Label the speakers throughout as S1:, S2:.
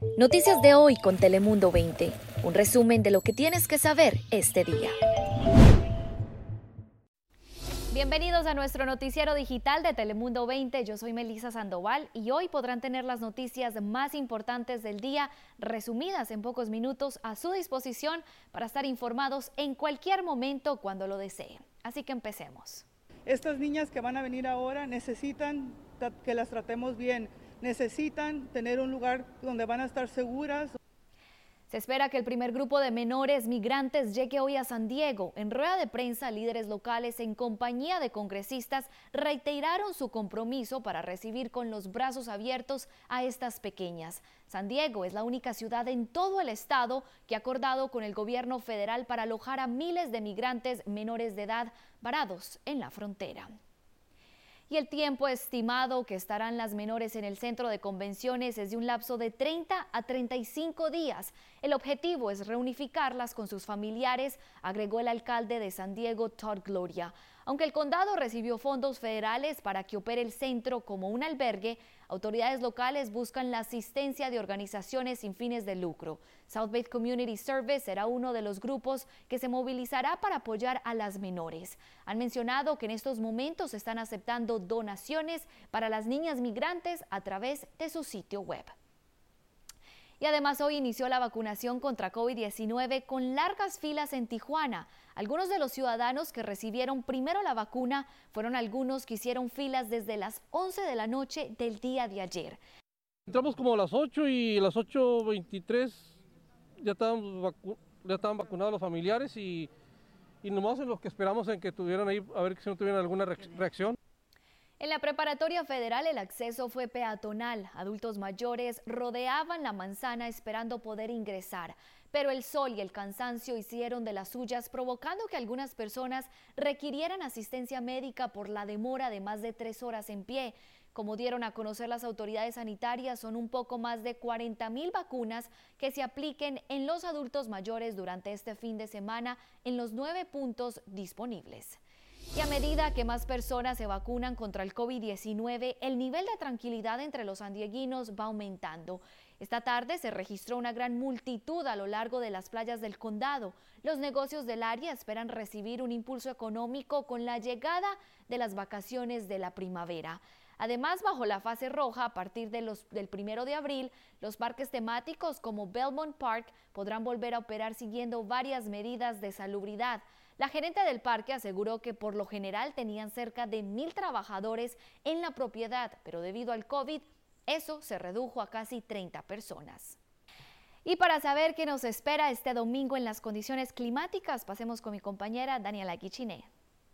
S1: Noticias de hoy con Telemundo 20. Un resumen de lo que tienes que saber este día. Bienvenidos a nuestro noticiero digital de Telemundo 20. Yo soy Melissa Sandoval y hoy podrán tener las noticias más importantes del día resumidas en pocos minutos a su disposición para estar informados en cualquier momento cuando lo deseen. Así que empecemos.
S2: Estas niñas que van a venir ahora necesitan que las tratemos bien, necesitan tener un lugar donde van a estar seguras.
S1: Se espera que el primer grupo de menores migrantes llegue hoy a San Diego. En rueda de prensa, líderes locales en compañía de congresistas reiteraron su compromiso para recibir con los brazos abiertos a estas pequeñas. San Diego es la única ciudad en todo el estado que ha acordado con el gobierno federal para alojar a miles de migrantes menores de edad varados en la frontera. Y el tiempo estimado que estarán las menores en el centro de convenciones es de un lapso de 30 a 35 días. El objetivo es reunificarlas con sus familiares, agregó el alcalde de San Diego, Todd Gloria. Aunque el condado recibió fondos federales para que opere el centro como un albergue, autoridades locales buscan la asistencia de organizaciones sin fines de lucro. South Bay Community Service será uno de los grupos que se movilizará para apoyar a las menores. Han mencionado que en estos momentos están aceptando donaciones para las niñas migrantes a través de su sitio web. Y además hoy inició la vacunación contra COVID-19 con largas filas en Tijuana. Algunos de los ciudadanos que recibieron primero la vacuna fueron algunos que hicieron filas desde las 11 de la noche del día de ayer.
S3: Entramos como a las 8 y a las 8:23 ya estaban vacunados los familiares y nomás en los que esperamos en que tuvieran ahí, a ver si no tuvieran alguna reacción.
S1: En la preparatoria federal el acceso fue peatonal. Adultos mayores rodeaban la manzana esperando poder ingresar, pero el sol y el cansancio hicieron de las suyas, provocando que algunas personas requirieran asistencia médica por la demora de más de 3 horas en pie. Como dieron a conocer las autoridades sanitarias, son un poco más de 40,000 vacunas que se apliquen en los adultos mayores durante este fin de semana en los 9 puntos disponibles. Y a medida que más personas se vacunan contra el COVID-19, el nivel de tranquilidad entre los sandieguinos va aumentando. Esta tarde se registró una gran multitud a lo largo de las playas del condado. Los negocios del área esperan recibir un impulso económico con la llegada de las vacaciones de la primavera. Además, bajo la fase roja, a partir del 1 de abril, los parques temáticos como Belmont Park podrán volver a operar siguiendo varias medidas de salubridad. La gerente del parque aseguró que por lo general tenían cerca de 1,000 trabajadores en la propiedad, pero debido al COVID, eso se redujo a casi 30 personas. Y para saber qué nos espera este domingo en las condiciones climáticas, pasemos con mi compañera Daniela Guichiné.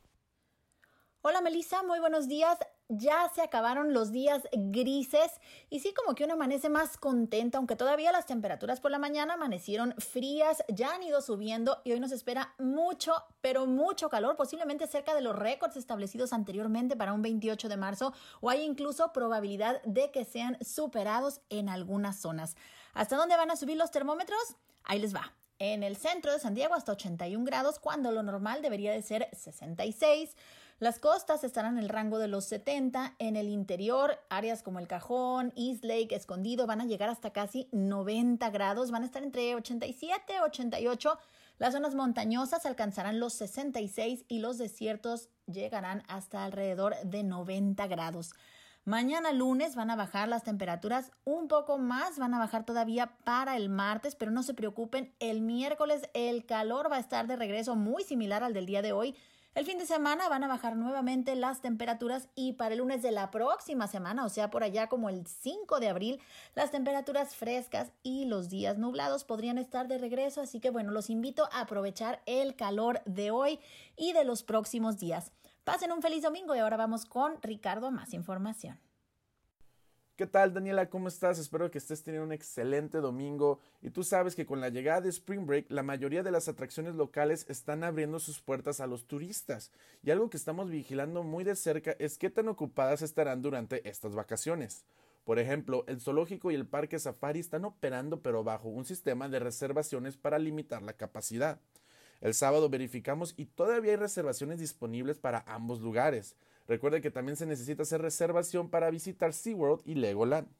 S4: Hola Melissa, muy buenos días. Ya se acabaron los días grises y sí, como que uno amanece más contento, aunque todavía las temperaturas por la mañana amanecieron frías, ya han ido subiendo y hoy nos espera mucho, pero mucho calor, posiblemente cerca de los récords establecidos anteriormente para un 28 de marzo o hay incluso probabilidad de que sean superados en algunas zonas. ¿Hasta dónde van a subir los termómetros? Ahí les va. En el centro de San Diego hasta 81 grados, cuando lo normal debería de ser 66. Las costas estarán en el rango de los 70. En el interior, áreas como El Cajón, East Lake, Escondido, van a llegar hasta casi 90 grados. Van a estar entre 87 y 88. Las zonas montañosas alcanzarán los 66 y los desiertos llegarán hasta alrededor de 90 grados. Mañana lunes van a bajar las temperaturas un poco más, van a bajar todavía para el martes, pero no se preocupen, el miércoles el calor va a estar de regreso muy similar al del día de hoy. El fin de semana van a bajar nuevamente las temperaturas y para el lunes de la próxima semana, o sea, por allá como el 5 de abril, las temperaturas frescas y los días nublados podrían estar de regreso. Así que bueno, los invito a aprovechar el calor de hoy y de los próximos días. Pasen un feliz domingo y ahora vamos con Ricardo a más información.
S5: ¿Qué tal, Daniela? ¿Cómo estás? Espero que estés teniendo un excelente domingo. Y tú sabes que con la llegada de Spring Break, la mayoría de las atracciones locales están abriendo sus puertas a los turistas. Y algo que estamos vigilando muy de cerca es qué tan ocupadas estarán durante estas vacaciones. Por ejemplo, el zoológico y el parque safari están operando pero bajo un sistema de reservaciones para limitar la capacidad. El sábado verificamos y todavía hay reservaciones disponibles para ambos lugares. Recuerde que también se necesita hacer reservación para visitar SeaWorld y Legoland.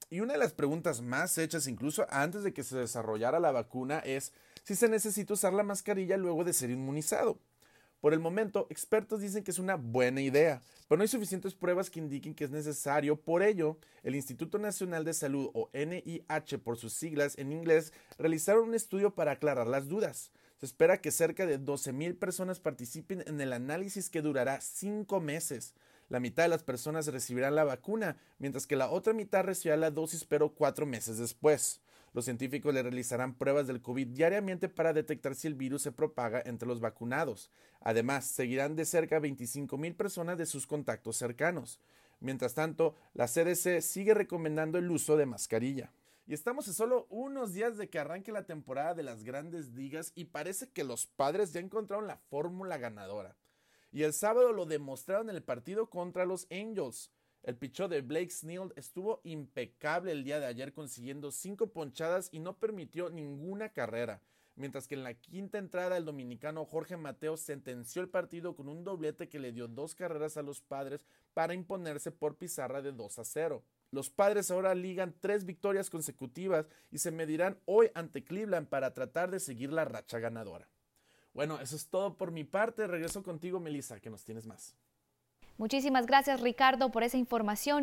S5: Y una de las preguntas más hechas incluso antes de que se desarrollara la vacuna es si se necesita usar la mascarilla luego de ser inmunizado. Por el momento, expertos dicen que es una buena idea, pero no hay suficientes pruebas que indiquen que es necesario. Por ello, el Instituto Nacional de Salud, o NIH por sus siglas en inglés, realizaron un estudio para aclarar las dudas. Se espera que cerca de 12,000 personas participen en el análisis que durará 5 meses. La mitad de las personas recibirán la vacuna, mientras que la otra mitad recibirá la dosis pero 4 meses después. Los científicos le realizarán pruebas del COVID diariamente para detectar si el virus se propaga entre los vacunados. Además, seguirán de cerca a 25,000 personas de sus contactos cercanos. Mientras tanto, la CDC sigue recomendando el uso de mascarilla. Y estamos a solo unos días de que arranque la temporada de las grandes ligas y parece que los Padres ya encontraron la fórmula ganadora. Y el sábado lo demostraron en el partido contra los Angels. El picheo de Blake Snell estuvo impecable el día de ayer, consiguiendo 5 ponchadas y no permitió ninguna carrera, mientras que en la quinta entrada el dominicano Jorge Mateo sentenció el partido con un doblete que le dio 2 carreras a los Padres para imponerse por pizarra de 2-0. Los Padres ahora ligan 3 victorias consecutivas y se medirán hoy ante Cleveland para tratar de seguir la racha ganadora. Bueno, eso es todo por mi parte. Regreso contigo, Melissa, que nos tienes más.
S1: Muchísimas gracias, Ricardo, por esa información.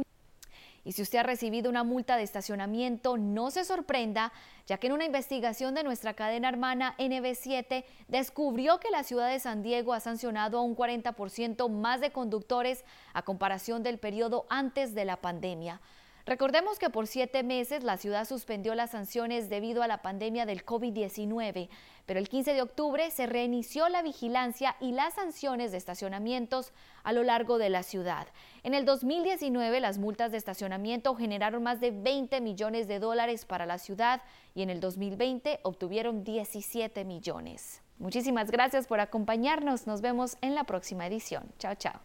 S1: Y si usted ha recibido una multa de estacionamiento, no se sorprenda, ya que en una investigación de nuestra cadena hermana NB7 descubrió que la ciudad de San Diego ha sancionado a un 40% más de conductores a comparación del periodo antes de la pandemia. Recordemos que por 7 meses la ciudad suspendió las sanciones debido a la pandemia del COVID-19, pero el 15 de octubre se reinició la vigilancia y las sanciones de estacionamientos a lo largo de la ciudad. En el 2019 las multas de estacionamiento generaron más de $20 millones para la ciudad y en el 2020 obtuvieron 17 millones. Muchísimas gracias por acompañarnos. Nos vemos en la próxima edición. Chao, chao.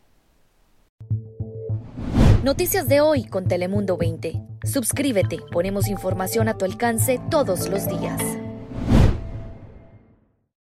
S1: Noticias de hoy con Telemundo 20. Suscríbete, ponemos información a tu alcance todos los días.